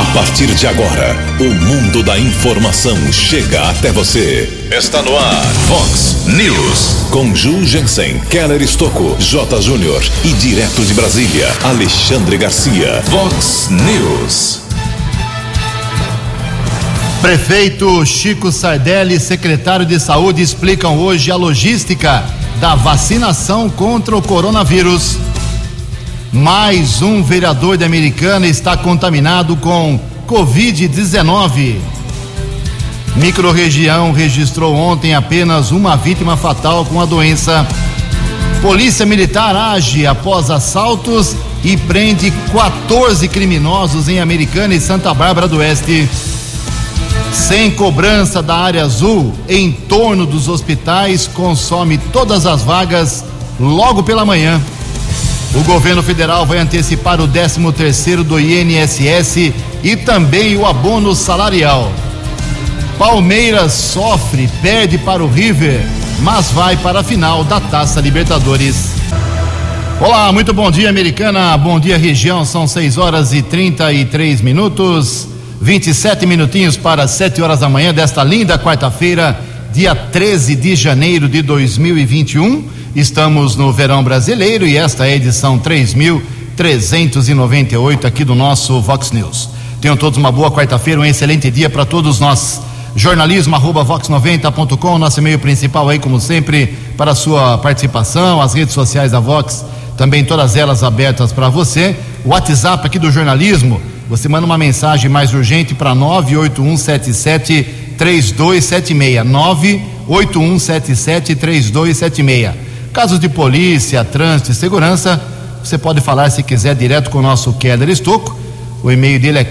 A partir de agora, o mundo da informação chega até você. Está no ar, Vox News. Com Ju Jensen, Keller Estocco, J. Júnior e direto de Brasília, Alexandre Garcia. Vox News. Prefeito Chico Sardelli e secretário de Saúde explicam hoje a logística da vacinação contra o coronavírus. Mais um vereador de Americana está contaminado com Covid-19. Microrregião registrou ontem apenas uma vítima fatal com a doença. Polícia Militar age após assaltos e prende 14 criminosos em Americana e Santa Bárbara do Oeste. Sem cobrança da área azul, em torno dos hospitais, consome todas as vagas logo pela manhã. O governo federal vai antecipar o 13º do INSS e também o abono salarial. Palmeiras sofre, perde para o River, mas vai para a final da Taça Libertadores. Olá, muito bom dia, Americana, bom dia, região, são 6h33, 27 minutinhos para 7 horas da manhã desta linda quarta-feira, dia 13 de janeiro de 2021. Estamos no verão brasileiro e esta é a edição 3.398 aqui do nosso Vox News. Tenham todos uma boa quarta-feira, um excelente dia para todos nós. Jornalismo@vox90.com, nosso e-mail principal aí, como sempre, para a sua participação, as redes sociais da Vox, também todas elas abertas para você. O WhatsApp aqui do jornalismo, você manda uma mensagem mais urgente para 981773276, 981773276. Casos de polícia, trânsito e segurança, você pode falar, se quiser, direto com o nosso Keller Estocco. O e-mail dele é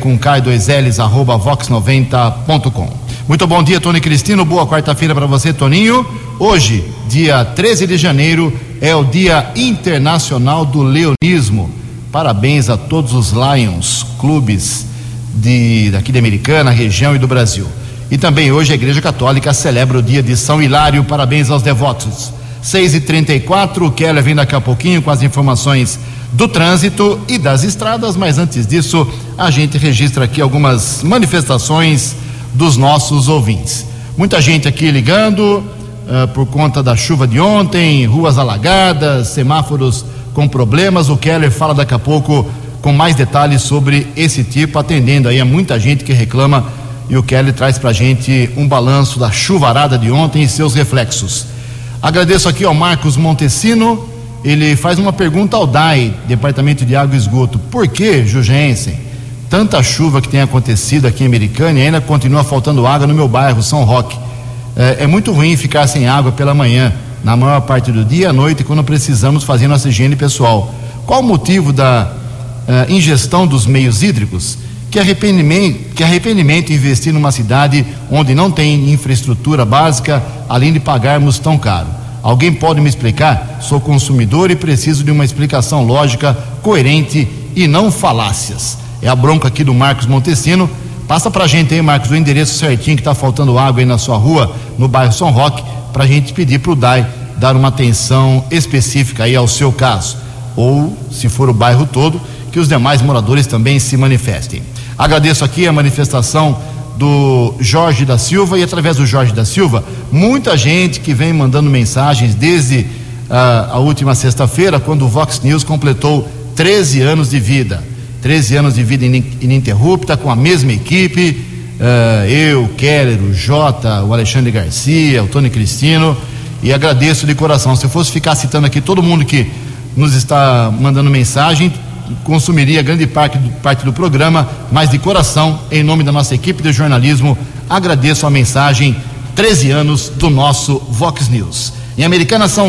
keller@vox90.com. Muito bom dia, Tony Cristino, boa quarta-feira para você, Toninho. Hoje, dia 13 de janeiro, é o Dia Internacional do Leonismo. Parabéns a todos os Lions, clubes daqui de Americana, região e do Brasil. E também hoje a Igreja Católica celebra o dia de São Hilário. Parabéns aos devotos. 6h34, o Keller vem daqui a pouquinho com as informações do trânsito e das estradas, mas antes disso a gente registra aqui algumas manifestações dos nossos ouvintes. Muita gente aqui ligando por conta da chuva de ontem, ruas alagadas, semáforos com problemas. O Keller fala daqui a pouco com mais detalhes sobre esse tipo, atendendo aí a muita gente que reclama, e o Keller traz pra gente um balanço da chuvarada de ontem e seus reflexos. Agradeço aqui ao Marcos Montesino, ele faz uma pergunta ao DAI, Departamento de Água e Esgoto. Por que, Jugensen, tanta chuva que tem acontecido aqui em Americana e ainda continua faltando água no meu bairro, São Roque? É muito ruim ficar sem água pela manhã, na maior parte do dia e à noite, quando precisamos fazer nossa higiene pessoal. Qual o motivo da ingestão dos meios hídricos? Que arrependimento investir numa cidade onde não tem infraestrutura básica, além de pagarmos tão caro. Alguém pode me explicar? Sou consumidor e preciso de uma explicação lógica, coerente e não falácias. É a bronca aqui do Marcos Montesino. Passa pra gente aí, Marcos, o endereço certinho que tá faltando água aí na sua rua, no bairro São Roque, pra gente pedir pro DAI dar uma atenção específica aí ao seu caso. Ou, se for o bairro todo, que os demais moradores também se manifestem. Agradeço aqui a manifestação do Jorge da Silva, e através do Jorge da Silva, muita gente que vem mandando mensagens desde a última sexta-feira, quando o Vox News completou 13 anos de vida. 13 anos de vida ininterrupta, com a mesma equipe, eu, Keller, o Jota, o Alexandre Garcia, o Tony Cristino, e agradeço de coração. Se eu fosse ficar citando aqui todo mundo que nos está mandando mensagem, consumiria grande parte do programa, mas de coração, em nome da nossa equipe de jornalismo, agradeço a mensagem. 13 anos do nosso Vox News. Em Americana são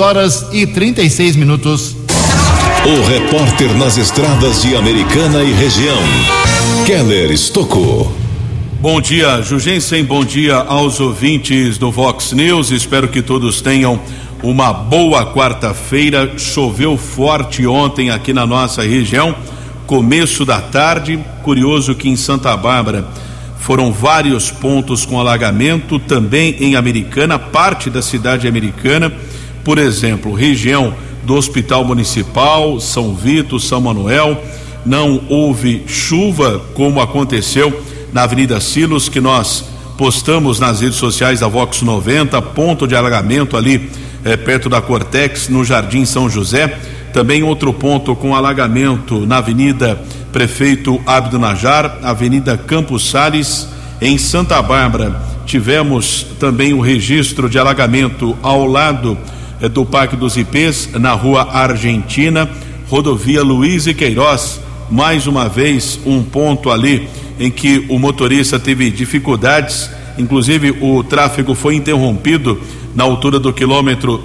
6h36. O repórter nas estradas de Americana e região, Keller Estocco. Bom dia, Jugensen, bom dia aos ouvintes do Vox News, espero que todos tenham uma boa quarta-feira. Choveu forte ontem aqui na nossa região, começo da tarde. Curioso que em Santa Bárbara foram vários pontos com alagamento, também em Americana, parte da cidade americana, por exemplo, região do Hospital Municipal, São Vito, São Manuel, não houve chuva como aconteceu na Avenida Silos, que nós postamos nas redes sociais da Vox 90, ponto de alagamento ali perto da Cortex, no Jardim São José. Também outro ponto com alagamento na Avenida Prefeito Abdo Najar, Avenida Campos Sales. Em Santa Bárbara tivemos também o registro de alagamento ao lado do Parque dos Ipês, na Rua Argentina, rodovia Luiz e Queiroz. Mais uma vez um ponto ali em que o motorista teve dificuldades, inclusive o tráfego foi interrompido na altura do quilômetro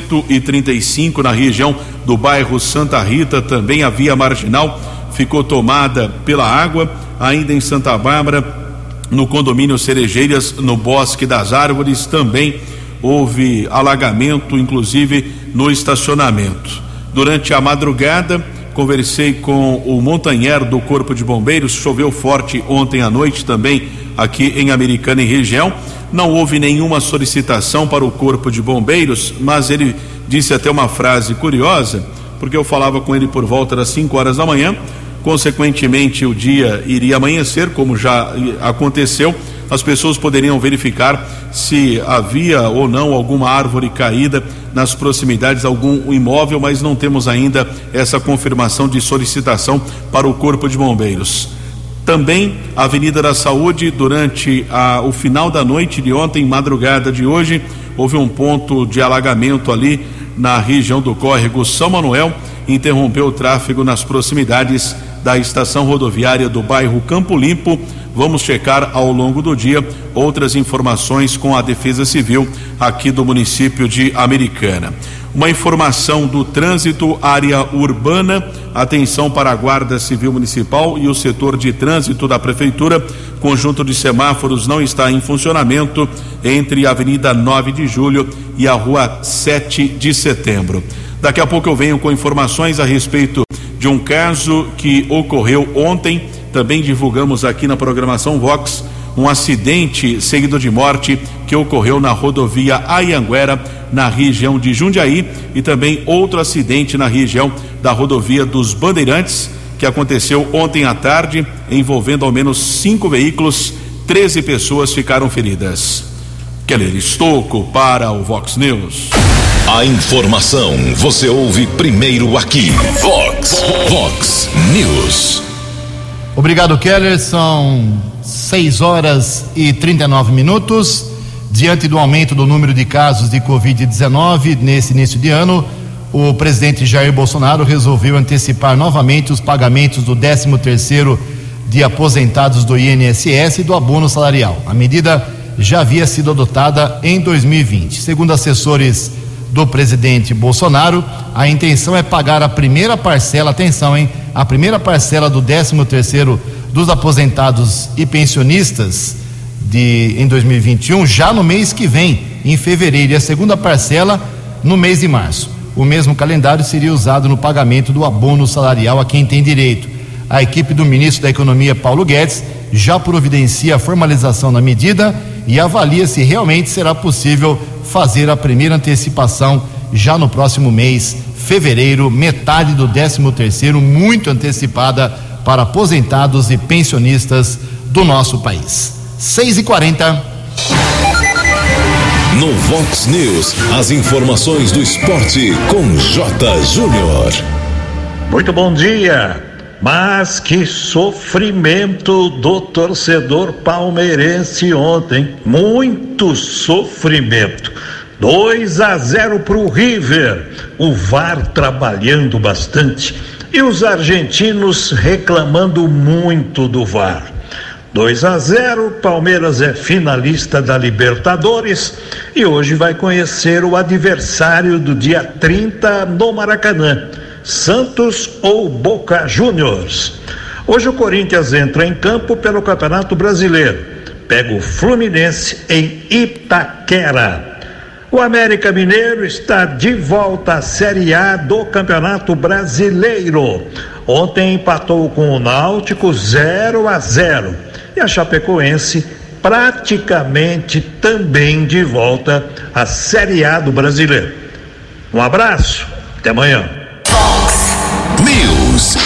135, na região do bairro Santa Rita. Também a via marginal ficou tomada pela água. Ainda em Santa Bárbara, no condomínio Cerejeiras, no Bosque das Árvores, também houve alagamento, inclusive no estacionamento. Durante a madrugada, conversei com o montanheiro do Corpo de Bombeiros. Choveu forte ontem à noite também aqui em Americana e região. Não houve nenhuma solicitação para o Corpo de Bombeiros, mas ele disse até uma frase curiosa, porque eu falava com ele por volta das 5 horas da manhã. Consequentemente, o dia iria amanhecer, como já aconteceu. As pessoas poderiam verificar se havia ou não alguma árvore caída nas proximidades de algum imóvel, mas não temos ainda essa confirmação de solicitação para o Corpo de Bombeiros. Também a Avenida da Saúde, durante o final da noite de ontem, madrugada de hoje, houve um ponto de alagamento ali na região do córrego São Manuel, interrompeu o tráfego nas proximidades da estação rodoviária do bairro Campo Limpo. Vamos checar ao longo do dia outras informações com a Defesa Civil aqui do município de Americana. Uma informação do trânsito, área urbana, atenção para a Guarda Civil Municipal e o setor de trânsito da Prefeitura. Conjunto de semáforos não está em funcionamento entre a Avenida 9 de Julho e a Rua 7 de Setembro. Daqui a pouco eu venho com informações a respeito de um caso que ocorreu ontem. Também divulgamos aqui na programação Vox um acidente seguido de morte que ocorreu na rodovia Anhanguera, na região de Jundiaí, e também outro acidente na região da rodovia dos Bandeirantes, que aconteceu ontem à tarde, envolvendo ao menos 5 veículos. 13 pessoas ficaram feridas. Keller Estocco para o Vox News. A informação você ouve primeiro aqui. Vox News. Obrigado, Keller. São 6 horas e 39 minutos. Diante do aumento do número de casos de Covid-19 nesse início de ano, o presidente Jair Bolsonaro resolveu antecipar novamente os pagamentos do 13º de aposentados do INSS e do abono salarial. A medida já havia sido adotada em 2020. Segundo assessores do presidente Bolsonaro, a intenção é pagar a primeira parcela, atenção, hein? A primeira parcela do 13º dos aposentados e pensionistas em 2021, já no mês que vem, em fevereiro, e a segunda parcela no mês de março. O mesmo calendário seria usado no pagamento do abono salarial a quem tem direito. A equipe do ministro da Economia, Paulo Guedes, já providencia a formalização da medida e avalia se realmente será possível fazer a primeira antecipação já no próximo mês, fevereiro, metade do 13º, muito antecipada para aposentados e pensionistas do nosso país. 6h40. No Vox News, as informações do esporte com J. Júnior. Muito bom dia. Mas que sofrimento do torcedor palmeirense ontem. Muito sofrimento. 2-0 para o River. O VAR trabalhando bastante e os argentinos reclamando muito do VAR. 2-0, Palmeiras é finalista da Libertadores e hoje vai conhecer o adversário do dia 30 no Maracanã, Santos ou Boca Juniors. Hoje o Corinthians entra em campo pelo Campeonato Brasileiro, pega o Fluminense em Itaquera. O América Mineiro está de volta à Série A do Campeonato Brasileiro. Ontem empatou com o Náutico 0-0. E a Chapecoense praticamente também de volta à Série A do Brasileiro. Um abraço, até amanhã. News.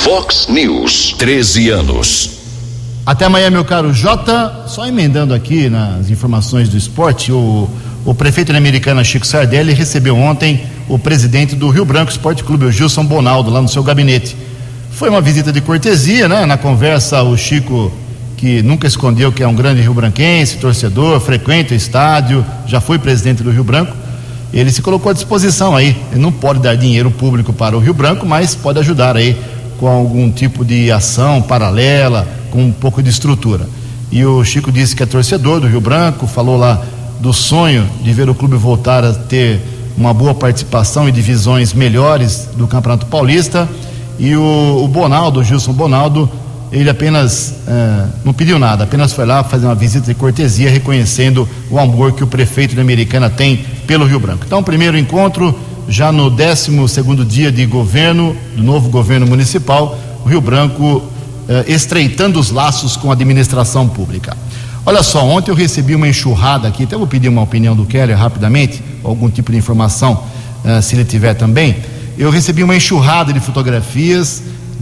Vox News, 13 anos. Até amanhã, meu caro Jota. Só emendando aqui nas informações do esporte, o prefeito da Americana, Chico Sardelli, recebeu ontem o presidente do Rio Branco Esporte Clube, o Gilson Bonaldo, lá no seu gabinete. Foi uma visita de cortesia, né? Na conversa, o Chico, que nunca escondeu que é um grande rio-branquense, torcedor, frequenta o estádio, já foi presidente do Rio Branco, ele se colocou à disposição aí. Ele não pode dar dinheiro público para o Rio Branco, mas pode ajudar aí com algum tipo de ação paralela, com um pouco de estrutura. E o Chico disse que é torcedor do Rio Branco, falou lá do sonho de ver o clube voltar a ter uma boa participação e divisões melhores do Campeonato Paulista. E o Bonaldo, o Gilson Bonaldo, ele apenas não pediu nada, apenas foi lá fazer uma visita de cortesia, reconhecendo o amor que o prefeito da Americana tem pelo Rio Branco. Então, primeiro encontro, já no 12º dia de governo, do novo governo municipal, o Rio Branco estreitando os laços com a administração pública. Olha só, ontem eu recebi uma enxurrada aqui, até vou pedir uma opinião do Keller rapidamente, algum tipo de informação, se ele tiver também. Eu recebi uma enxurrada de fotografias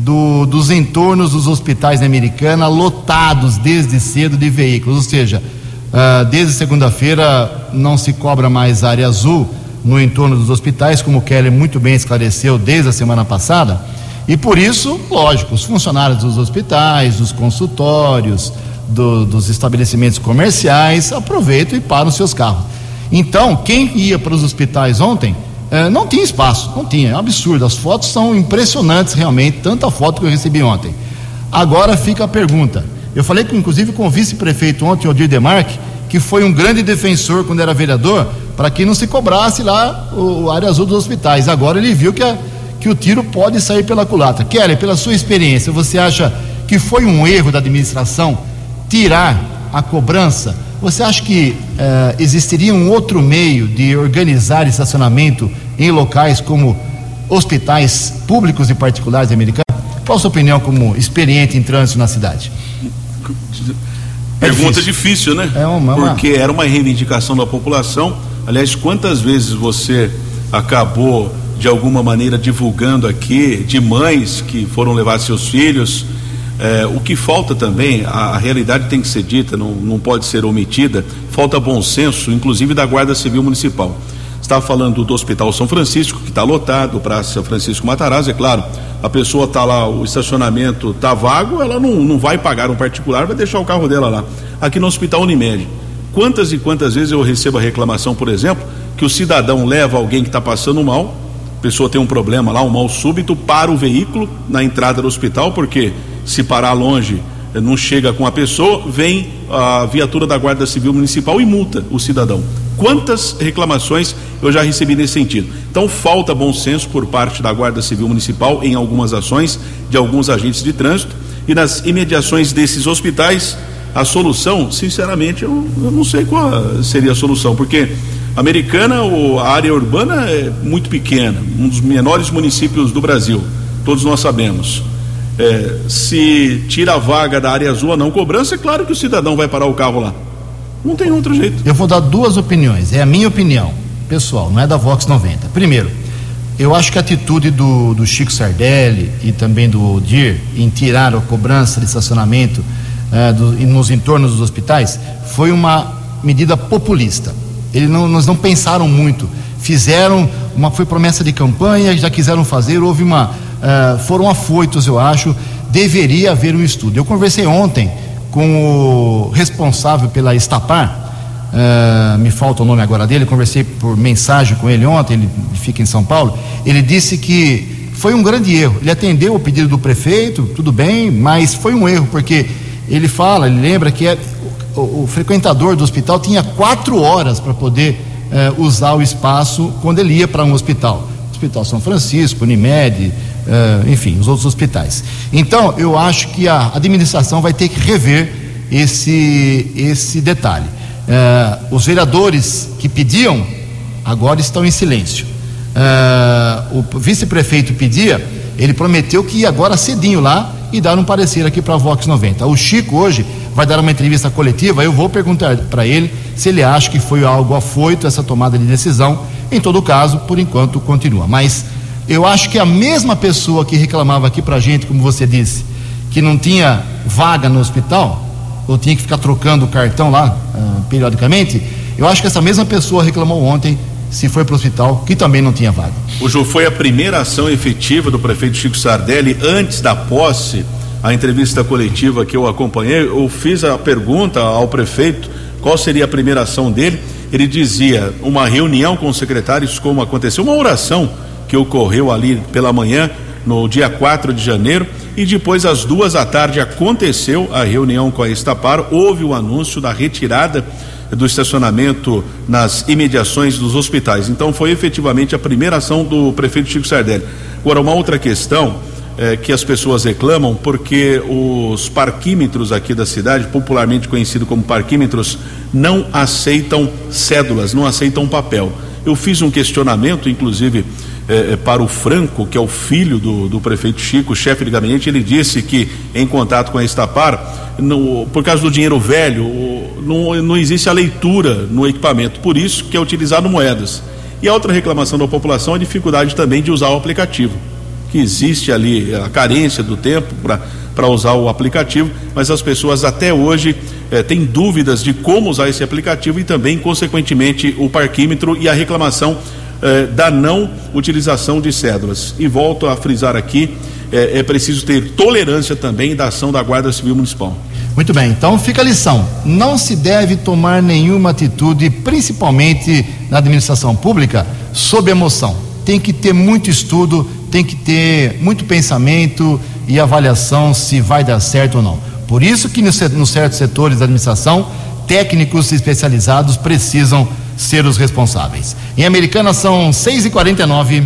dos entornos dos hospitais da Americana, lotados desde cedo de veículos, ou seja, desde segunda-feira não se cobra mais área azul no entorno dos hospitais, como o Keller muito bem esclareceu desde a semana passada, e por isso, lógico, os funcionários dos hospitais, dos consultórios, dos estabelecimentos comerciais aproveitam e param seus carros. Então, quem ia para os hospitais ontem não tinha espaço, não tinha, é um absurdo, as fotos são impressionantes realmente, tanta foto que eu recebi ontem. Agora fica a pergunta, eu falei inclusive com o vice-prefeito ontem, Odir Demarque, que foi um grande defensor quando era vereador, para que não se cobrasse lá a área azul dos hospitais. Agora ele viu que o tiro pode sair pela culatra. Kelly, pela sua experiência, você acha que foi um erro da administração tirar a cobrança? Você acha que existiria um outro meio de organizar estacionamento em locais como hospitais públicos e particulares americanos? Qual a sua opinião como experiente em trânsito na cidade? Pergunta difícil, né? Porque era uma reivindicação da população. Aliás, quantas vezes você acabou de alguma maneira divulgando aqui de mães que foram levar seus filhos? O que falta também, a realidade tem que ser dita, não pode ser omitida, falta bom senso, inclusive da Guarda Civil Municipal. Estava falando do Hospital São Francisco, que está lotado, Praça Francisco Matarazzo, é claro, a pessoa está lá, o estacionamento está vago, ela não vai pagar um particular, vai deixar o carro dela lá. Aqui no Hospital Unimed, quantas e quantas vezes eu recebo a reclamação, por exemplo, que o cidadão leva alguém que está passando mal, a pessoa tem um problema lá, um mal súbito, para o veículo na entrada do hospital, porque se parar longe, não chega com a pessoa, vem a viatura da Guarda Civil Municipal e multa o cidadão. Quantas reclamações eu já recebi nesse sentido? Então falta bom senso por parte da Guarda Civil Municipal em algumas ações de alguns agentes de trânsito, e nas imediações desses hospitais a solução, sinceramente, eu não sei qual seria a solução, porque a Americana, a área urbana é muito pequena, um dos menores municípios do Brasil, todos nós sabemos. Se tira a vaga da área azul a não cobrança, é claro que o cidadão vai parar o carro lá. Não tem outro jeito. Eu vou dar duas opiniões, é a minha opinião pessoal, não é da Vox 90. Primeiro, eu acho que a atitude do Chico Sardelli e também do Odir em tirar a cobrança de estacionamento nos entornos dos hospitais foi uma medida populista. Eles não pensaram muito, foi promessa de campanha, já quiseram fazer, foram afoitos, eu acho. Deveria haver um estudo. Eu conversei ontem com o responsável pela Estapar, me falta o nome agora dele, conversei por mensagem com ele ontem, ele fica em São Paulo. Ele disse que foi um grande erro, ele atendeu o pedido do prefeito, tudo bem, mas foi um erro, porque ele lembra que o frequentador do hospital tinha 4 horas para poder usar o espaço quando ele ia para um hospital. Hospital São Francisco, Unimed, enfim, os outros hospitais. Então, eu acho que a administração vai ter que rever esse detalhe. Os vereadores que pediam, agora estão em silêncio. O vice-prefeito pedia, ele prometeu que ia agora cedinho lá e dar um parecer aqui para a Vox 90. O Chico hoje vai dar uma entrevista coletiva, eu vou perguntar para ele se ele acha que foi algo afoito essa tomada de decisão. Em todo caso, por enquanto continua, mas Eu acho que a mesma pessoa que reclamava aqui pra gente, como você disse, que não tinha vaga no hospital, ou tinha que ficar trocando o cartão lá periodicamente, eu acho que essa mesma pessoa reclamou ontem, se foi para o hospital, que também não tinha vaga. O Ju, foi a primeira ação efetiva do prefeito Chico Sardelli antes da posse. A entrevista coletiva que eu acompanhei, eu fiz a pergunta ao prefeito qual seria a primeira ação dele. Ele dizia uma reunião com os secretários, como aconteceu, uma oração que ocorreu ali pela manhã no dia 4 de janeiro, e depois às 14h aconteceu a reunião com a Estapar. Houve o anúncio da retirada do estacionamento nas imediações dos hospitais. Então foi efetivamente a primeira ação do prefeito Chico Sardelli. Agora, uma outra questão que as pessoas reclamam, porque os parquímetros aqui da cidade, popularmente conhecido como parquímetros, não aceitam cédulas, não aceitam papel. Eu fiz um questionamento, inclusive, para o Franco, que é o filho do prefeito Chico, chefe de gabinete. Ele disse que, em contato com a Estapar, por causa do dinheiro velho, não existe a leitura no equipamento, por isso que é utilizado moedas. E a outra reclamação da população é a dificuldade também de usar o aplicativo, que existe ali a carência do tempo para usar o aplicativo, mas as pessoas até hoje têm dúvidas de como usar esse aplicativo, e também, consequentemente, o parquímetro e a reclamação da não utilização de cédulas. E volto a frisar aqui, é preciso ter tolerância também da ação da Guarda Civil Municipal. Muito bem, então fica a lição: não se deve tomar nenhuma atitude, principalmente na administração pública, sob emoção. Tem que ter muito estudo, tem que ter muito pensamento e avaliação se vai dar certo ou não. Por isso que nos certos setores da administração, técnicos especializados precisam ser os responsáveis. Em Americana são 6h49.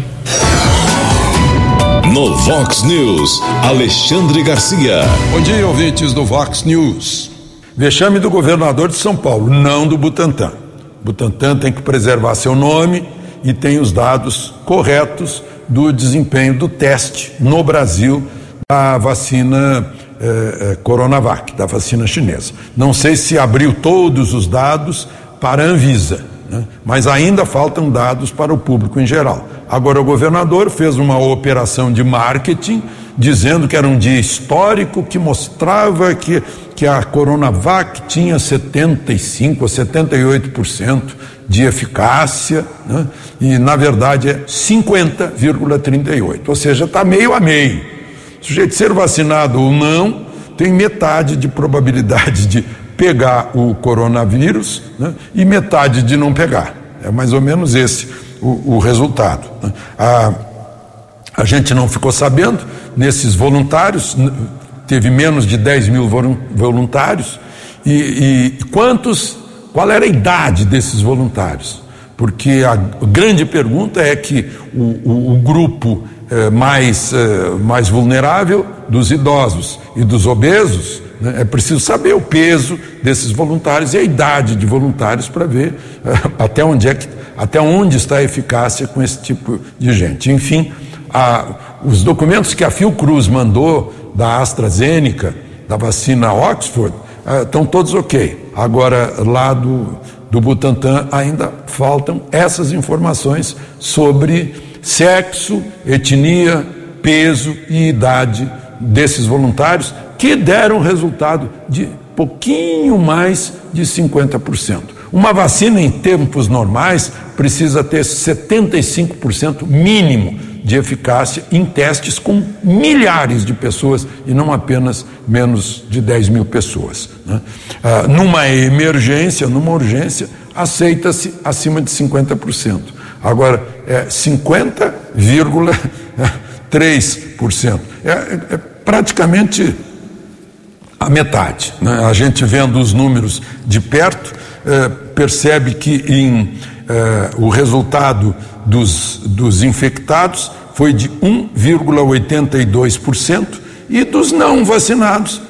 No Vox News, Alexandre Garcia. Bom dia, ouvintes do Vox News. Vexame do governador de São Paulo, não do Butantan. Butantan tem que preservar seu nome e tem os dados corretos do desempenho do teste no Brasil da vacina Coronavac, da vacina chinesa. Não sei se abriu todos os dados para a Anvisa, né? Mas ainda faltam dados para o público em geral. Agora, o governador fez uma operação de marketing dizendo que era um dia histórico, que mostrava que a Coronavac tinha 75% a 78% de eficácia, né? E na verdade é 50,38%, ou seja, está meio a meio. O sujeito ser vacinado ou não tem metade de probabilidade de pegar o coronavírus, né? E metade de não pegar. É mais ou menos esse o resultado, né? A gente não ficou sabendo, nesses voluntários, teve menos de 10 mil voluntários, e qual era a idade desses voluntários? Porque a grande pergunta é que o grupo mais vulnerável, dos idosos e dos obesos, né, é preciso saber o peso desses voluntários e a idade de voluntários para ver até onde está a eficácia com esse tipo de gente. Enfim, os documentos que a Fiocruz mandou da AstraZeneca, da vacina Oxford, estão todos ok. Agora, lá do Butantan ainda faltam essas informações sobre sexo, etnia, peso e idade desses voluntários, que deram resultado de pouquinho mais de 50%. Uma vacina em tempos normais precisa ter 75% mínimo de eficácia em testes com milhares de pessoas e não apenas menos de 10 mil pessoas, né? Numa emergência, numa urgência, aceita-se acima de 50%. Agora, 50,3%. É praticamente a metade, né? A gente vendo os números de perto, percebe que o resultado dos infectados foi de 1,82% e dos não vacinados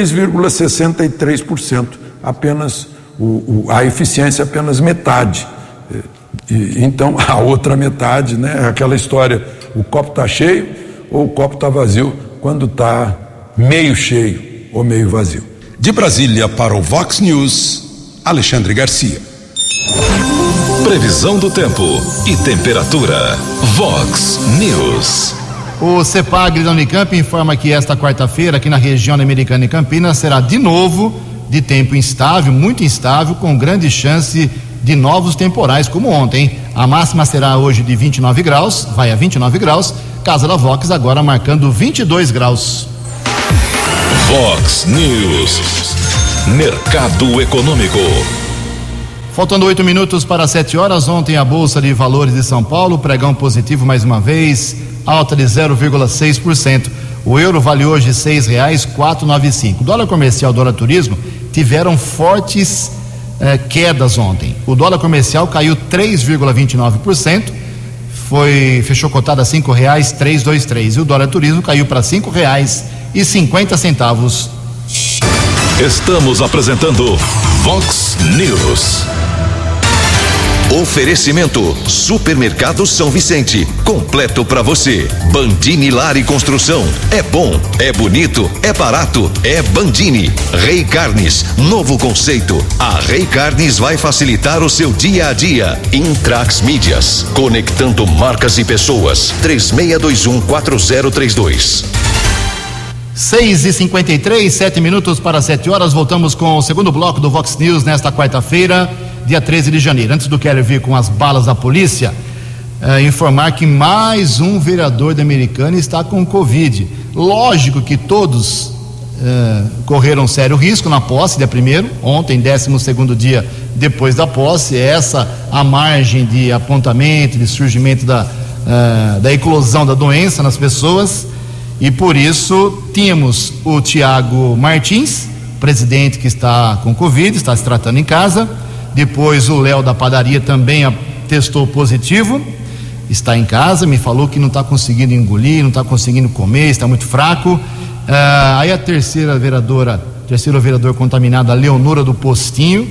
3,63%, apenas a eficiência é apenas metade. Então a outra metade, né, é aquela história: o copo está cheio ou o copo está vazio, quando está meio cheio ou meio vazio. De Brasília para o Vox News, Alexandre Garcia. Previsão do tempo e temperatura. Vox News. O CEPAGRE da Unicamp informa que esta quarta-feira, aqui na região da Americana e Campinas, será de novo de tempo instável, muito instável, com grande chance de novos temporais como ontem. A máxima será hoje de 29 graus, vai a 29 graus. Casa da Vox agora marcando 22 graus. Vox News. Mercado Econômico. Faltando 8 minutos para 7 horas, ontem a Bolsa de Valores de São Paulo, pregão positivo mais uma vez, alta de 0,6%. O euro vale hoje R$ 6,495. O dólar comercial, dólar turismo, tiveram fortes quedas ontem. O dólar comercial caiu 3,29%, fechou cotado a R$ 5,323. E o dólar turismo caiu para R$ 5,50. Estamos apresentando Vox News. Oferecimento Supermercado São Vicente, completo para você. Bandini Lar e Construção, é bom, é bonito, é barato, é Bandini. Rei Carnes, novo conceito. A Rei Carnes vai facilitar o seu dia a dia. Intrax Mídias, conectando marcas e pessoas. 36214032. 6h53, 7 minutos para 7 horas. Voltamos com o segundo bloco do Vox News nesta quarta-feira, dia 13 de janeiro. Antes do Keller vir com as balas da polícia, informar que mais um vereador da Americana está com Covid. Lógico que todos correram sério risco na posse, dia primeiro, ontem, 12º dia depois da posse. Essa a margem de apontamento, de surgimento da eclosão da doença nas pessoas. E por isso tínhamos o Tiago Martins, presidente, que está com Covid, está se tratando em casa. Depois o Léo da padaria também testou positivo, está em casa, me falou que não está conseguindo engolir, não está conseguindo comer, está muito fraco. Aí a terceiro vereador contaminado, a Leonora do Postinho,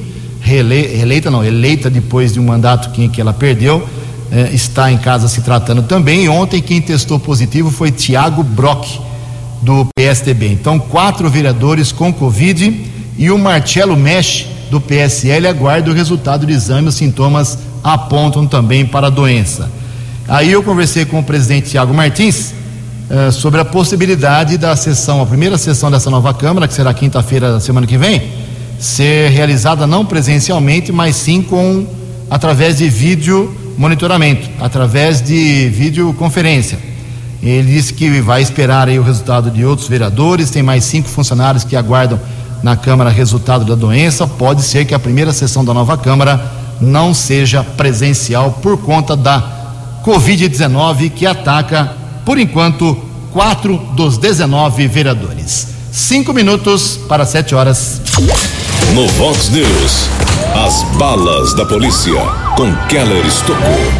eleita depois de um mandato que ela perdeu, está em casa se tratando também. E ontem quem testou positivo foi Tiago Brock, do PSDB. Então 4 vereadores com Covid, e o Marcelo Mesh, do PSL, aguarda o resultado do exame. Os sintomas apontam também para a doença. Aí eu conversei com o presidente Tiago Martins sobre a possibilidade da a primeira sessão dessa nova Câmara, que será quinta-feira da semana que vem, ser realizada não presencialmente, mas sim através de vídeo monitoramento, através de videoconferência. Ele disse que vai esperar aí o resultado de outros vereadores. Tem mais 5 funcionários que aguardam na Câmara resultado da doença. Pode ser que a primeira sessão da nova Câmara não seja presencial por conta da Covid-19, que ataca, por enquanto, 4 dos 19 vereadores. 5 minutos para 7 horas. No Vox News, as balas da polícia com Keller Estocou.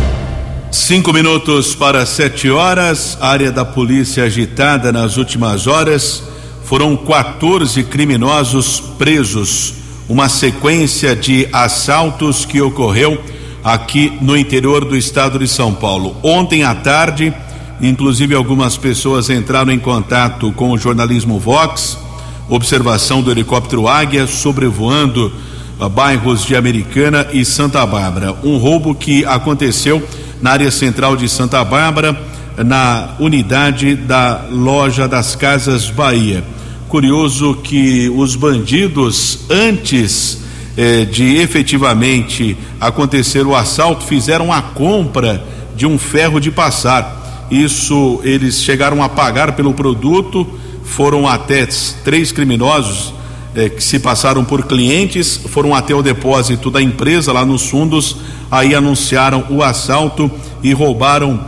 5 minutos para 7 horas. Área da polícia agitada nas últimas horas. Foram 14 criminosos presos. Uma sequência de assaltos que ocorreu aqui no interior do estado de São Paulo. Ontem à tarde, inclusive algumas pessoas entraram em contato com o jornalismo Vox. Observação do helicóptero Águia sobrevoando bairros de Americana e Santa Bárbara. Um roubo que aconteceu na área central de Santa Bárbara, na unidade da loja das Casas Bahia. Curioso que os bandidos, antes de efetivamente acontecer o assalto, fizeram a compra de um ferro de passar. Isso, eles chegaram a pagar pelo produto. Foram até 3 criminosos que se passaram por clientes, foram até o depósito da empresa lá nos fundos, aí anunciaram o assalto e roubaram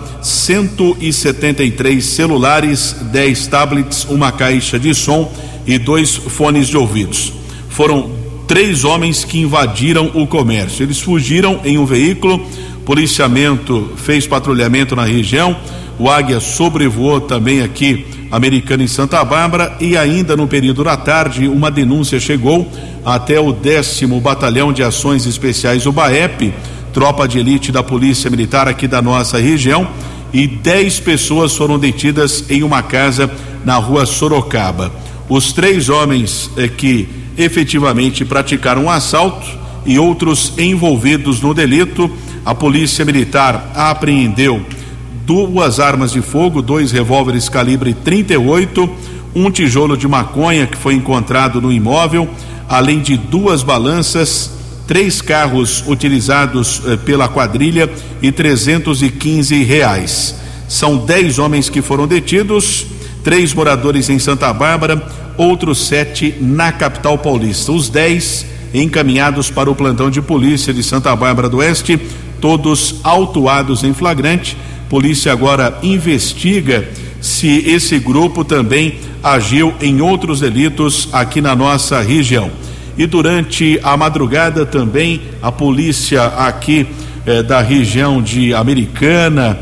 173 celulares, 10 tablets, uma caixa de som e 2 fones de ouvidos. Foram 3 homens que invadiram o comércio. Eles fugiram em um veículo, policiamento fez patrulhamento na região, o Águia sobrevoou também aqui Americana e Santa Bárbara, e ainda no período da tarde uma denúncia chegou até o 10º Batalhão de Ações Especiais, o BAEP, tropa de elite da Polícia Militar aqui da nossa região, e 10 pessoas foram detidas em uma casa na rua Sorocaba. Os 3 homens que efetivamente praticaram um assalto e outros envolvidos no delito. A Polícia Militar apreendeu 2 armas de fogo, 2 revólveres calibre 38, um tijolo de maconha que foi encontrado no imóvel, além de 2 balanças, 3 carros utilizados pela quadrilha e R$315. São 10 homens que foram detidos, 3 moradores em Santa Bárbara, outros 7 na capital paulista. Os 10 encaminhados para o plantão de polícia de Santa Bárbara do Oeste, todos autuados em flagrante. Polícia agora investiga se esse grupo também agiu em outros delitos aqui na nossa região. E durante a madrugada também a polícia aqui da região de Americana,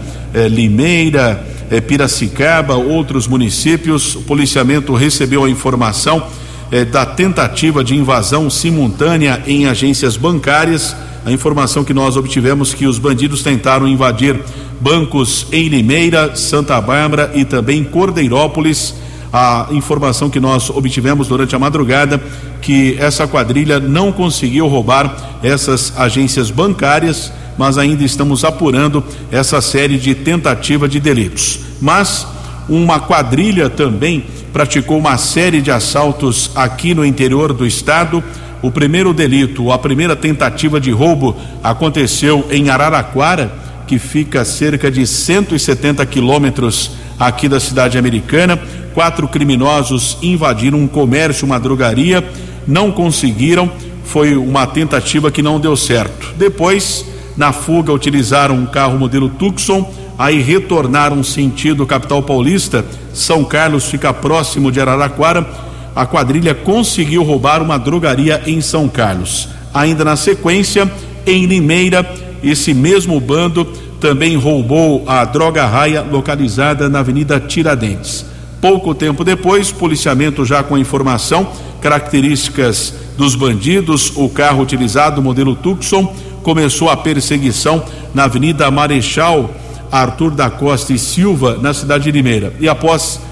Limeira, Piracicaba, outros municípios, o policiamento recebeu a informação da tentativa de invasão simultânea em agências bancárias. A informação que nós obtivemos que os bandidos tentaram invadir bancos em Limeira, Santa Bárbara e também Cordeirópolis. A informação que nós obtivemos durante a madrugada que essa quadrilha não conseguiu roubar essas agências bancárias, mas ainda estamos apurando essa série de tentativa de delitos. Mas uma quadrilha também praticou uma série de assaltos aqui no interior do estado. O primeiro delito, a primeira tentativa de roubo aconteceu em Araraquara, que fica a cerca de 170 quilômetros aqui da cidade americana. 4 criminosos invadiram um comércio, uma drogaria, não conseguiram, foi uma tentativa que não deu certo. Depois, na fuga, utilizaram um carro modelo Tucson, aí retornaram sentido capital paulista. São Carlos fica próximo de Araraquara. A quadrilha conseguiu roubar uma drogaria em São Carlos. Ainda na sequência, em Limeira, esse mesmo bando também roubou a droga raia localizada na Avenida Tiradentes. Pouco tempo depois, policiamento já com a informação, características dos bandidos, o carro utilizado, modelo Tucson, começou a perseguição na Avenida Marechal Arthur da Costa e Silva, na cidade de Limeira. E após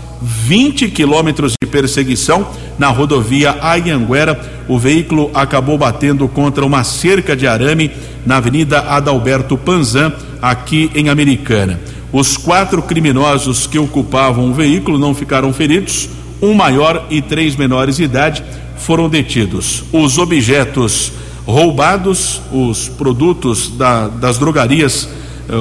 20 quilômetros de perseguição na rodovia Anhanguera, o veículo acabou batendo contra uma cerca de arame na Avenida Adalberto Panzan, aqui em Americana. Os 4 criminosos que ocupavam o veículo não ficaram feridos, um maior e 3 menores de idade foram detidos. Os objetos roubados, os produtos das drogarias,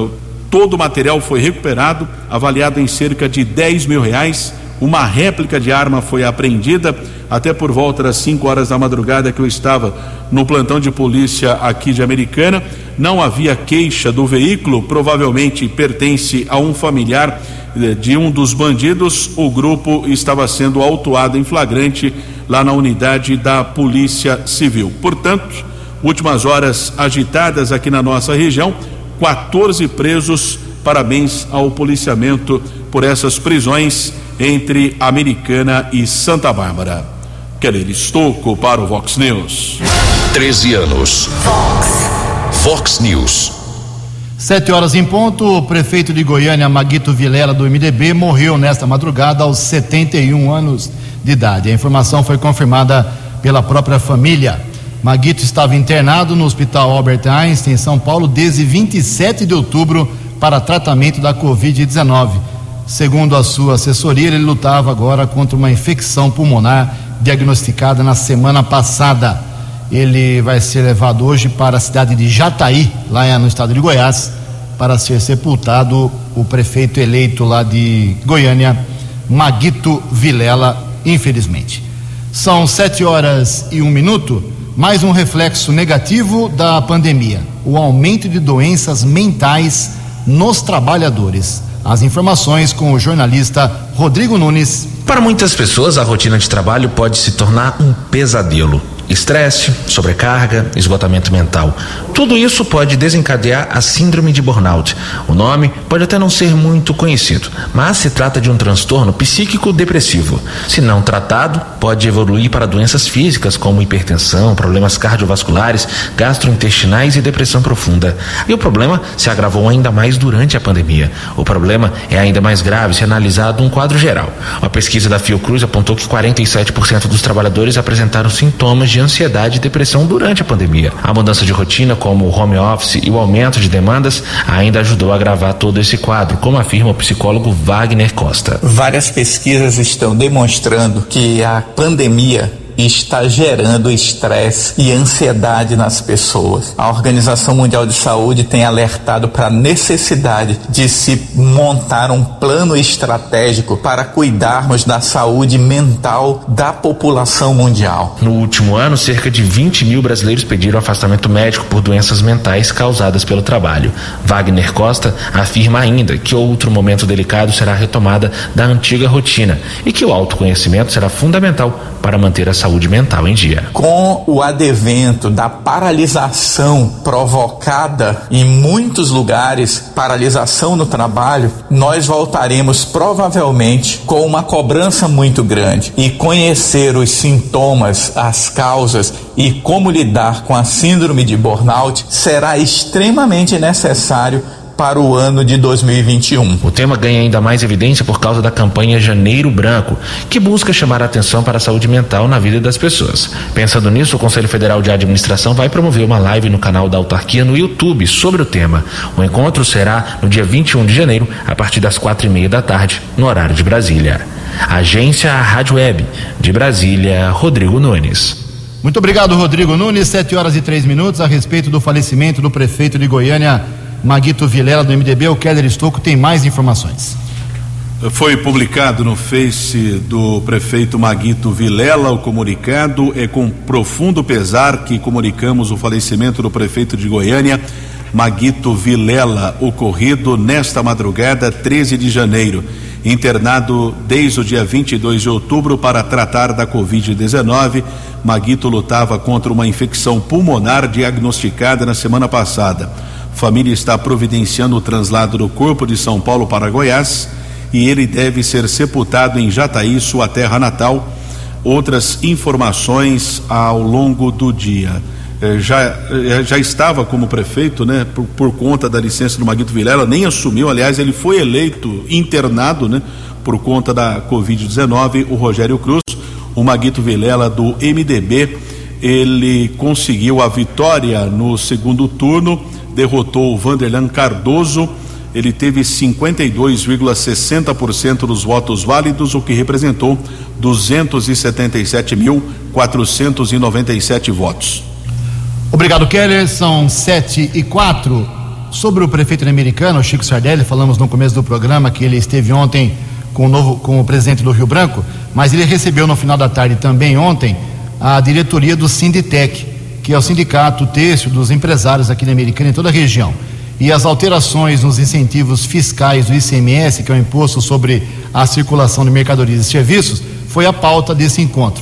todo o material foi recuperado, avaliado em cerca de R$10 mil. Uma réplica de arma foi apreendida. Até por volta das 5 horas da madrugada que eu estava no plantão de polícia aqui de Americana, não havia queixa do veículo, provavelmente pertence a um familiar de um dos bandidos. O grupo estava sendo autuado em flagrante lá na unidade da Polícia Civil. Portanto, últimas horas agitadas aqui na nossa região, 14 presos. Parabéns ao policiamento por essas prisões entre Americana e Santa Bárbara. Keller Estocco para o Vox News. 13 anos. Vox News. 7 horas em ponto. O prefeito de Goiânia, Maguito Vilela, do MDB, morreu nesta madrugada aos 71 anos de idade. A informação foi confirmada pela própria família. Maguito estava internado no Hospital Albert Einstein, em São Paulo, desde 27 de outubro para tratamento da Covid-19. Segundo a sua assessoria, ele lutava agora contra uma infecção pulmonar diagnosticada na semana passada. Ele vai ser levado hoje para a cidade de Jataí, lá no estado de Goiás, para ser sepultado. O prefeito eleito lá de Goiânia, Maguito Vilela, infelizmente. São 7 horas e 1 minuto. Mais um reflexo negativo da pandemia: o aumento de doenças mentais nos trabalhadores. As informações com o jornalista Rodrigo Nunes. Para muitas pessoas, a rotina de trabalho pode se tornar um pesadelo. Estresse, sobrecarga, esgotamento mental. Tudo isso pode desencadear a síndrome de burnout. O nome pode até não ser muito conhecido, mas se trata de um transtorno psíquico depressivo. Se não tratado, pode evoluir para doenças físicas como hipertensão, problemas cardiovasculares, gastrointestinais e depressão profunda. E o problema se agravou ainda mais durante a pandemia. O problema é ainda mais grave se analisado um quadro geral. A pesquisa da Fiocruz apontou que 47% dos trabalhadores apresentaram sintomas de de ansiedade e depressão durante a pandemia. A mudança de rotina, como o home office e o aumento de demandas, ainda ajudou a agravar todo esse quadro, como afirma o psicólogo Wagner Costa. Várias pesquisas estão demonstrando que a pandemia está gerando estresse e ansiedade nas pessoas. A Organização Mundial de Saúde tem alertado para a necessidade de se montar um plano estratégico para cuidarmos da saúde mental da população mundial. No último ano, cerca de 20 mil brasileiros pediram afastamento médico por doenças mentais causadas pelo trabalho. Wagner Costa afirma ainda que outro momento delicado será a retomada da antiga rotina e que o autoconhecimento será fundamental para manter a saúde mental em dia. Com o advento da paralisação provocada em muitos lugares, paralisação no trabalho, nós voltaremos provavelmente com uma cobrança muito grande. E conhecer os sintomas, as causas e como lidar com a síndrome de burnout será extremamente necessário para o ano de 2021. O tema ganha ainda mais evidência por causa da campanha Janeiro Branco, que busca chamar a atenção para a saúde mental na vida das pessoas. Pensando nisso, o Conselho Federal de Administração vai promover uma live no canal da autarquia no YouTube sobre o tema. O encontro será no dia 21 de janeiro, a partir das 4:30 da tarde, no horário de Brasília. Agência Rádio Web, de Brasília, Rodrigo Nunes. Muito obrigado, Rodrigo Nunes. 7:03 a respeito do falecimento do prefeito de Goiânia, Maguito Vilela, do MDB. O Keller Estocco tem mais informações. Foi publicado no Face do prefeito Maguito Vilela o comunicado. É com profundo pesar que comunicamos o falecimento do prefeito de Goiânia, Maguito Vilela, ocorrido nesta madrugada, 13 de janeiro. Internado desde o dia 22 de outubro para tratar da Covid-19, Maguito lutava contra uma infecção pulmonar diagnosticada na semana passada. A família está providenciando o translado do corpo de São Paulo para Goiás e ele deve ser sepultado em Jataí, sua terra natal. Outras informações ao longo do dia. Já estava como prefeito, né, por conta da licença do Maguito Vilela, nem assumiu, aliás, ele foi eleito internado, né, por conta da Covid-19, o Rogério Cruz. O Maguito Vilela, do MDB, ele conseguiu a vitória no segundo turno, derrotou o Vanderlan Cardoso. Ele teve 52,60% dos votos válidos, o que representou 277.497 votos. Obrigado, Keller. São 7:04. Sobre o prefeito americano, Chico Sardelli, falamos no começo do programa que ele esteve ontem com o presidente do Rio Branco, mas ele recebeu no final da tarde também ontem a diretoria do Sinditec, que é o sindicato têxtil dos empresários aqui na Americana e em toda a região. E as alterações nos incentivos fiscais do ICMS, que é o imposto sobre a circulação de mercadorias e serviços, foi a pauta desse encontro.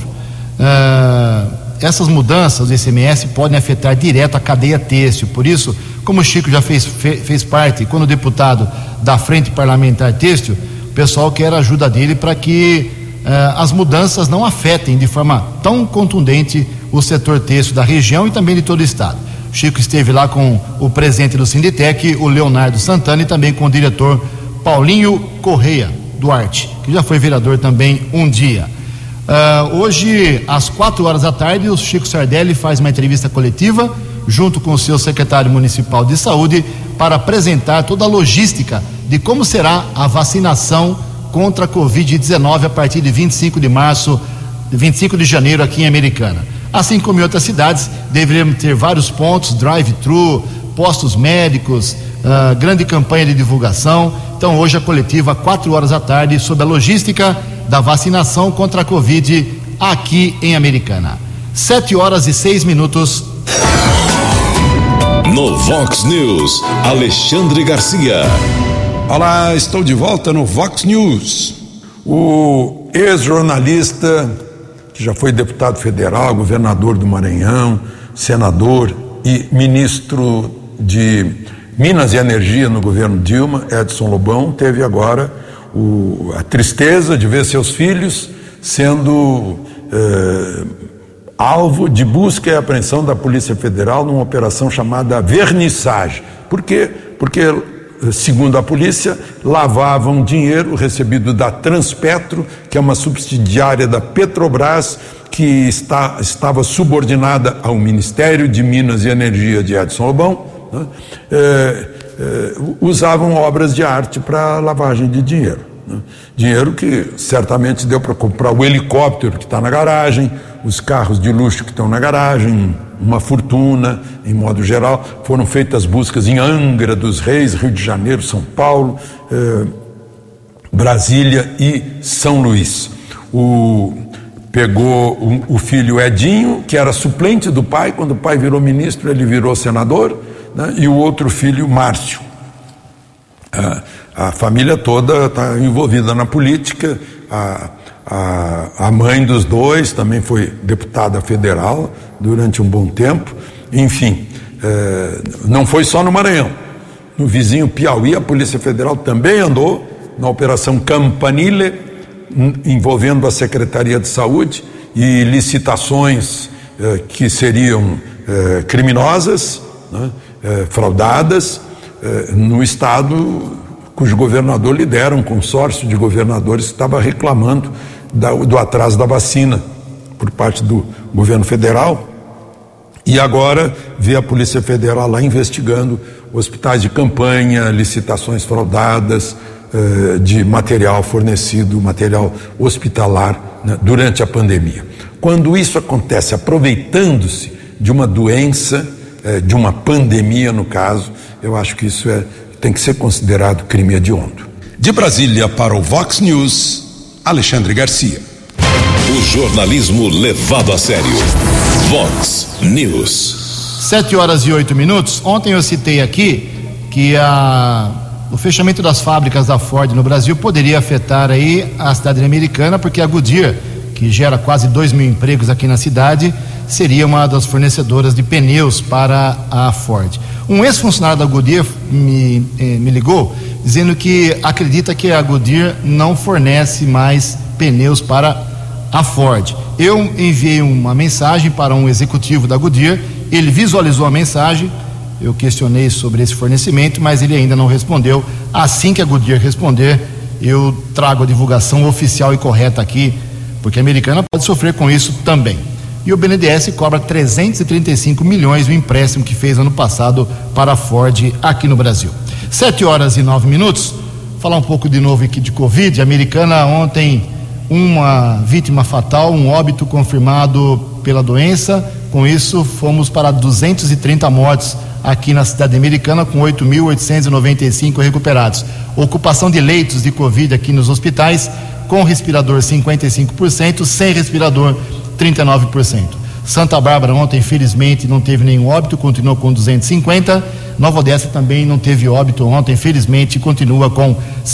Essas mudanças do ICMS podem afetar direto a cadeia têxtil. Por isso, como o Chico já fez parte, quando deputado da Frente Parlamentar Têxtil, o pessoal quer a ajuda dele para que as mudanças não afetem de forma tão contundente o setor têxtil da região e também de todo o estado. O Chico esteve lá com o presidente do Sinditec, o Leonardo Santana, e também com o diretor Paulinho Correia Duarte, que já foi vereador também um dia. Hoje, às 4 da tarde, o Chico Sardelli faz uma entrevista coletiva junto com o seu secretário municipal de saúde para apresentar toda a logística de como será a vacinação contra a Covid-19 a partir de 25 de janeiro aqui em Americana. Assim como em outras cidades, deveremos ter vários pontos, drive-thru, postos médicos, grande campanha de divulgação. Então hoje a coletiva, 4 da tarde, sobre a logística da vacinação contra a Covid aqui em Americana. 7:06. No Vox News, Alexandre Garcia. Olá, estou de volta no Vox News. O ex-jornalista, que já foi deputado federal, governador do Maranhão, senador e ministro de Minas e Energia no governo Dilma, Edson Lobão, teve agora a tristeza de ver seus filhos sendo alvo de busca e apreensão da Polícia Federal numa operação chamada Vernissage. Por quê? Porque segundo a polícia, lavavam dinheiro recebido da Transpetro, que é uma subsidiária da Petrobras, que estava subordinada ao Ministério de Minas e Energia de Edson Lobão, né? Usavam obras de arte para lavagem de dinheiro, né? Dinheiro que certamente deu para comprar o helicóptero que está na garagem, os carros de luxo que estão na garagem, uma fortuna, em modo geral. Foram feitas buscas em Angra dos Reis, Rio de Janeiro, São Paulo, Brasília e São Luís. Pegou o filho Edinho, que era suplente do pai. Quando o pai virou ministro, ele virou senador, né? E o outro filho, Márcio. A família toda está envolvida na política. A mãe dos dois também foi deputada federal durante um bom tempo. Enfim, não foi só no Maranhão. No vizinho Piauí, a Polícia Federal também andou na Operação Campanile, envolvendo a Secretaria de Saúde e licitações que seriam criminosas, né, fraudadas, no estado cujo governador lidera um consórcio de governadores que estava reclamando do atraso da vacina por parte do governo federal. E agora vê a Polícia Federal lá investigando hospitais de campanha, licitações fraudadas, de material fornecido, material hospitalar, né, durante a pandemia. Quando isso acontece aproveitando-se de uma doença, de uma pandemia no caso, eu acho que isso tem que ser considerado crime hediondo. De Brasília para o Vox News, Alexandre Garcia. O jornalismo levado a sério. Vox News. 7h08. Ontem eu citei aqui que o fechamento das fábricas da Ford no Brasil poderia afetar aí a cidade americana, porque a Goodyear, que gera quase 2.000 empregos aqui na cidade, seria uma das fornecedoras de pneus para a Ford. Um ex-funcionário da Goodyear me ligou dizendo que acredita que a Goodyear não fornece mais pneus para a Ford. Eu enviei uma mensagem para um executivo da Goodyear, ele visualizou a mensagem, eu questionei sobre esse fornecimento, mas ele ainda não respondeu. Assim que a Goodyear responder, eu trago a divulgação oficial e correta aqui, porque a americana pode sofrer com isso também. E o BNDES cobra 335 milhões do empréstimo que fez ano passado para a Ford aqui no Brasil. 7h09. Falar um pouco de novo aqui de Covid. A americana ontem, uma vítima fatal, um óbito confirmado pela doença. Com isso, fomos para 230 mortes aqui na cidade americana, com 8.895 recuperados. Ocupação de leitos de Covid aqui nos hospitais, com respirador 55%, sem respirador 39%. Santa Bárbara ontem, infelizmente, não teve nenhum óbito, continuou com 250. Nova Odessa também não teve óbito ontem, infelizmente, continua com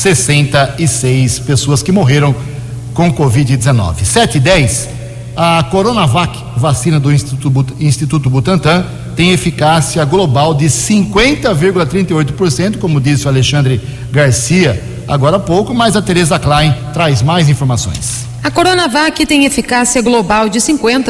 66 pessoas que morreram com Covid-19. 7h10, a Coronavac, vacina do Instituto Butantan, tem eficácia global de 50,38%, como disse o Alexandre Garcia agora há pouco, mas a Tereza Klein traz mais informações. A Coronavac tem eficácia global de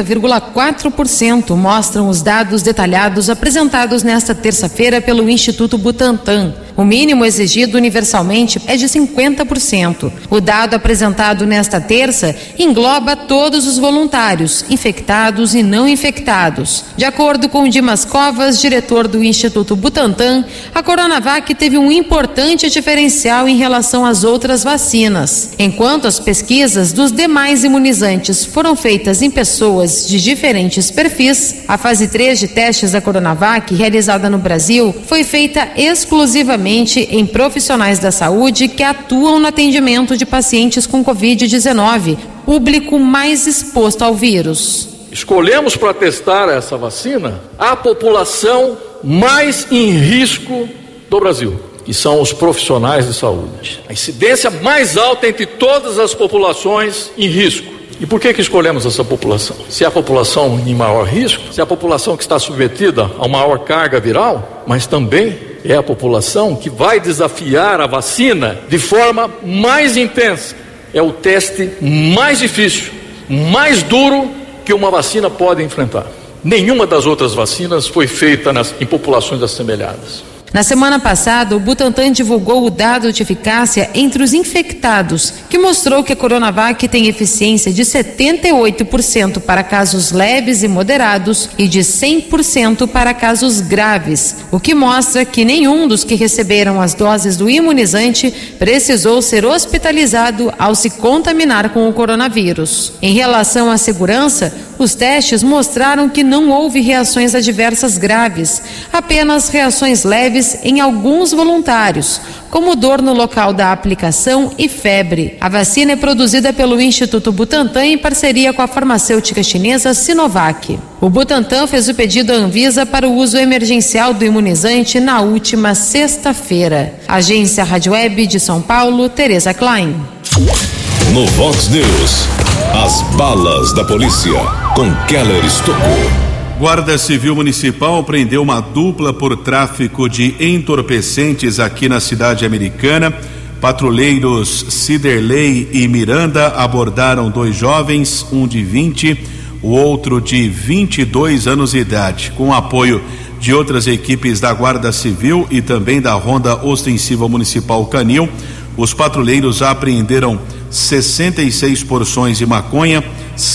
50,4%, mostram os dados detalhados apresentados nesta terça-feira pelo Instituto Butantan. O mínimo exigido universalmente é de 50%. O dado apresentado nesta terça engloba todos os voluntários, infectados e não infectados. De acordo com Dimas Covas, diretor do Instituto Butantan, a Coronavac teve um importante diferencial em relação às outras vacinas. Enquanto as pesquisas dos demais imunizantes foram feitas em pessoas de diferentes perfis, a fase 3 de testes da Coronavac, realizada no Brasil, foi feita exclusivamente em profissionais da saúde que atuam no atendimento de pacientes com Covid-19, público mais exposto ao vírus. Escolhemos para testar essa vacina a população mais em risco do Brasil, que são os profissionais de saúde. A incidência mais alta entre todas as populações em risco. E por que escolhemos essa população? Se é a população em maior risco, se é a população que está submetida a maior carga viral, mas também é a população que vai desafiar a vacina de forma mais intensa. É o teste mais difícil, mais duro que uma vacina pode enfrentar. Nenhuma das outras vacinas foi feita em populações assemelhadas. Na semana passada, o Butantan divulgou o dado de eficácia entre os infectados, que mostrou que a Coronavac tem eficiência de 78% para casos leves e moderados e de 100% para casos graves, o que mostra que nenhum dos que receberam as doses do imunizante precisou ser hospitalizado ao se contaminar com o coronavírus. Em relação à segurança, os testes mostraram que não houve reações adversas graves, apenas reações leves em alguns voluntários, como dor no local da aplicação e febre. A vacina é produzida pelo Instituto Butantan em parceria com a farmacêutica chinesa Sinovac. O Butantan fez o pedido à Anvisa para o uso emergencial do imunizante na última sexta-feira. Agência Rádio Web de São Paulo, Tereza Klein. No Vox News, as balas da polícia com Keller Estocou. Guarda Civil Municipal prendeu uma dupla por tráfico de entorpecentes aqui na cidade americana. Patrulheiros Ciderley e Miranda abordaram 2 jovens, um de 20, o outro de 22 anos de idade. Com o apoio de outras equipes da Guarda Civil e também da Ronda Ostensiva Municipal Canil, os patrulheiros apreenderam 66 porções de maconha,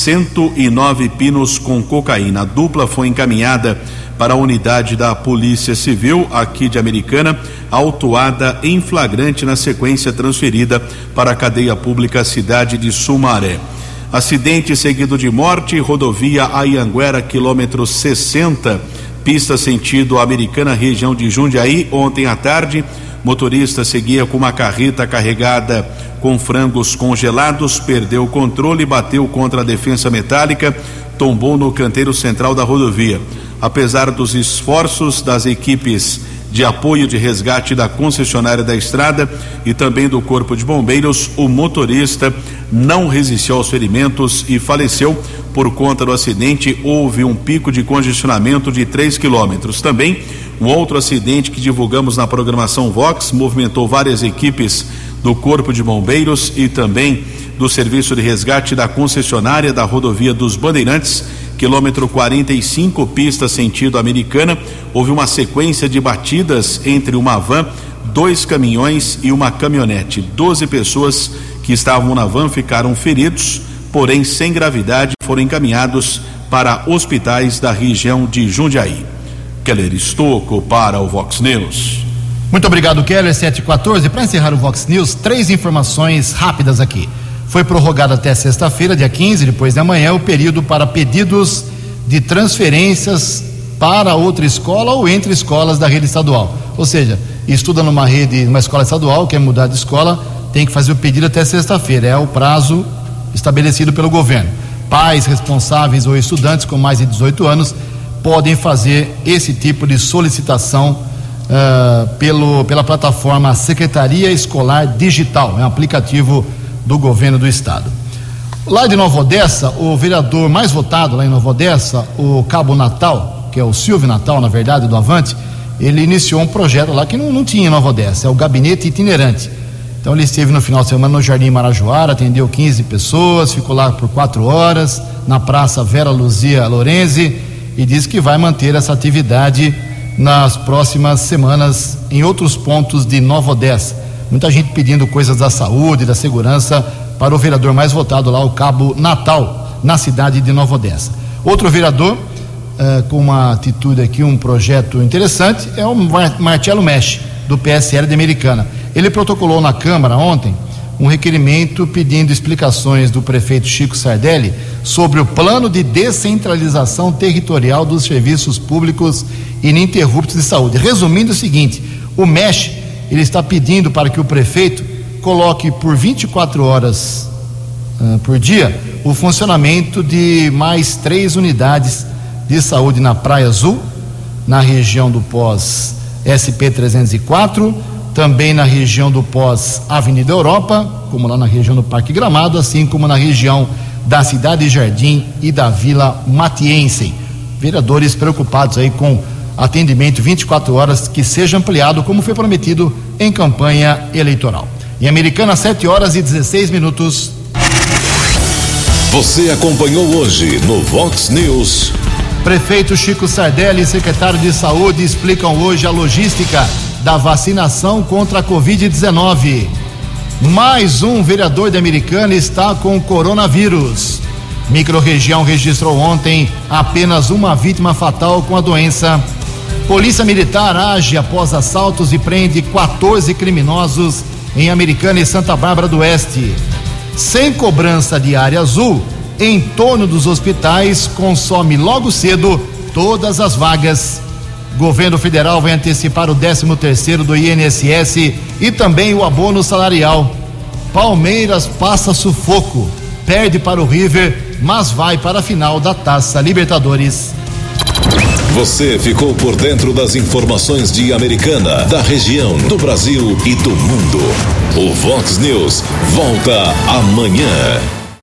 109 pinos com cocaína. A dupla foi encaminhada para a unidade da Polícia Civil aqui de Americana, autuada em flagrante, na sequência transferida para a cadeia pública cidade de Sumaré. Acidente seguido de morte, rodovia Anhanguera, quilômetro 60, pista sentido Americana, região de Jundiaí. Ontem à tarde, motorista seguia com uma carreta carregada com frangos congelados, perdeu o controle, bateu contra a defensa metálica, tombou no canteiro central da rodovia. Apesar dos esforços das equipes de apoio de resgate da concessionária da estrada e também do Corpo de Bombeiros, o motorista não resistiu aos ferimentos e faleceu. Por conta do acidente, houve um pico de congestionamento de 3 quilômetros. Também um outro acidente que divulgamos na programação Vox movimentou várias equipes do Corpo de Bombeiros e também do Serviço de Resgate da concessionária da rodovia dos Bandeirantes, quilômetro 45, pista sentido Americana. Houve uma sequência de batidas entre uma van, 2 caminhões e uma caminhonete. 12 pessoas que estavam na van ficaram feridos, porém sem gravidade, foram encaminhados para hospitais da região de Jundiaí. Keller Estocco para o Vox News. Muito obrigado, Keller. 7h14. Para encerrar o Vox News, 3 informações rápidas aqui. Foi prorrogado até sexta-feira, dia 15, depois de amanhã, o período para pedidos de transferências para outra escola ou entre escolas da rede estadual. Ou seja, estuda numa escola estadual, quer mudar de escola, tem que fazer o pedido até sexta-feira. É o prazo estabelecido pelo governo. Pais responsáveis ou estudantes com mais de 18 anos podem fazer esse tipo de solicitação pela plataforma Secretaria Escolar Digital. É um aplicativo do governo do estado. Lá de Nova Odessa, o vereador mais votado lá em Nova Odessa, o Cabo Natal, que é o Silvio Natal, na verdade, do Avante, ele iniciou um projeto lá que não tinha em Nova Odessa, é o Gabinete Itinerante. Então ele esteve no final de semana no Jardim Marajoara, atendeu 15 pessoas, ficou lá por 4 horas, na Praça Vera Luzia Lorenzi, e disse que vai manter essa atividade nas próximas semanas em outros pontos de Nova Odessa. Muita gente pedindo coisas da saúde, da segurança para o vereador mais votado lá, o Cabo Natal, na cidade de Nova Odessa. Outro vereador com uma atitude aqui, um projeto interessante, é o Marcelo Mesch, do PSL de Americana. Ele protocolou na Câmara ontem um requerimento pedindo explicações do prefeito Chico Sardelli sobre o plano de descentralização territorial dos serviços públicos ininterruptos de saúde. Resumindo o seguinte, o MESH, ele está pedindo para que o prefeito coloque por 24 horas por dia o funcionamento de mais 3 unidades de saúde na Praia Azul, na região do pós SP-304, também na região do pós Avenida Europa, como lá na região do Parque Gramado, assim como na região da Cidade Jardim e da Vila Matiense. Vereadores preocupados aí com atendimento 24 horas, que seja ampliado, como foi prometido em campanha eleitoral. Em Americana, 7h16. Você acompanhou hoje no Vox News. Prefeito Chico Sardelli e secretário de Saúde explicam hoje a logística da vacinação contra a Covid-19. Mais um vereador de Americana está com coronavírus. Microrregião registrou ontem apenas uma vítima fatal com a doença. Polícia Militar age após assaltos e prende 14 criminosos em Americana e Santa Bárbara do Oeste. Sem cobrança de área azul, em torno dos hospitais, consome logo cedo todas as vagas. Governo federal vai antecipar o 13º do INSS e também o abono salarial. Palmeiras passa sufoco, perde para o River, mas vai para a final da Taça Libertadores. Você ficou por dentro das informações de Americana, da região, do Brasil e do mundo. O Vox News volta amanhã.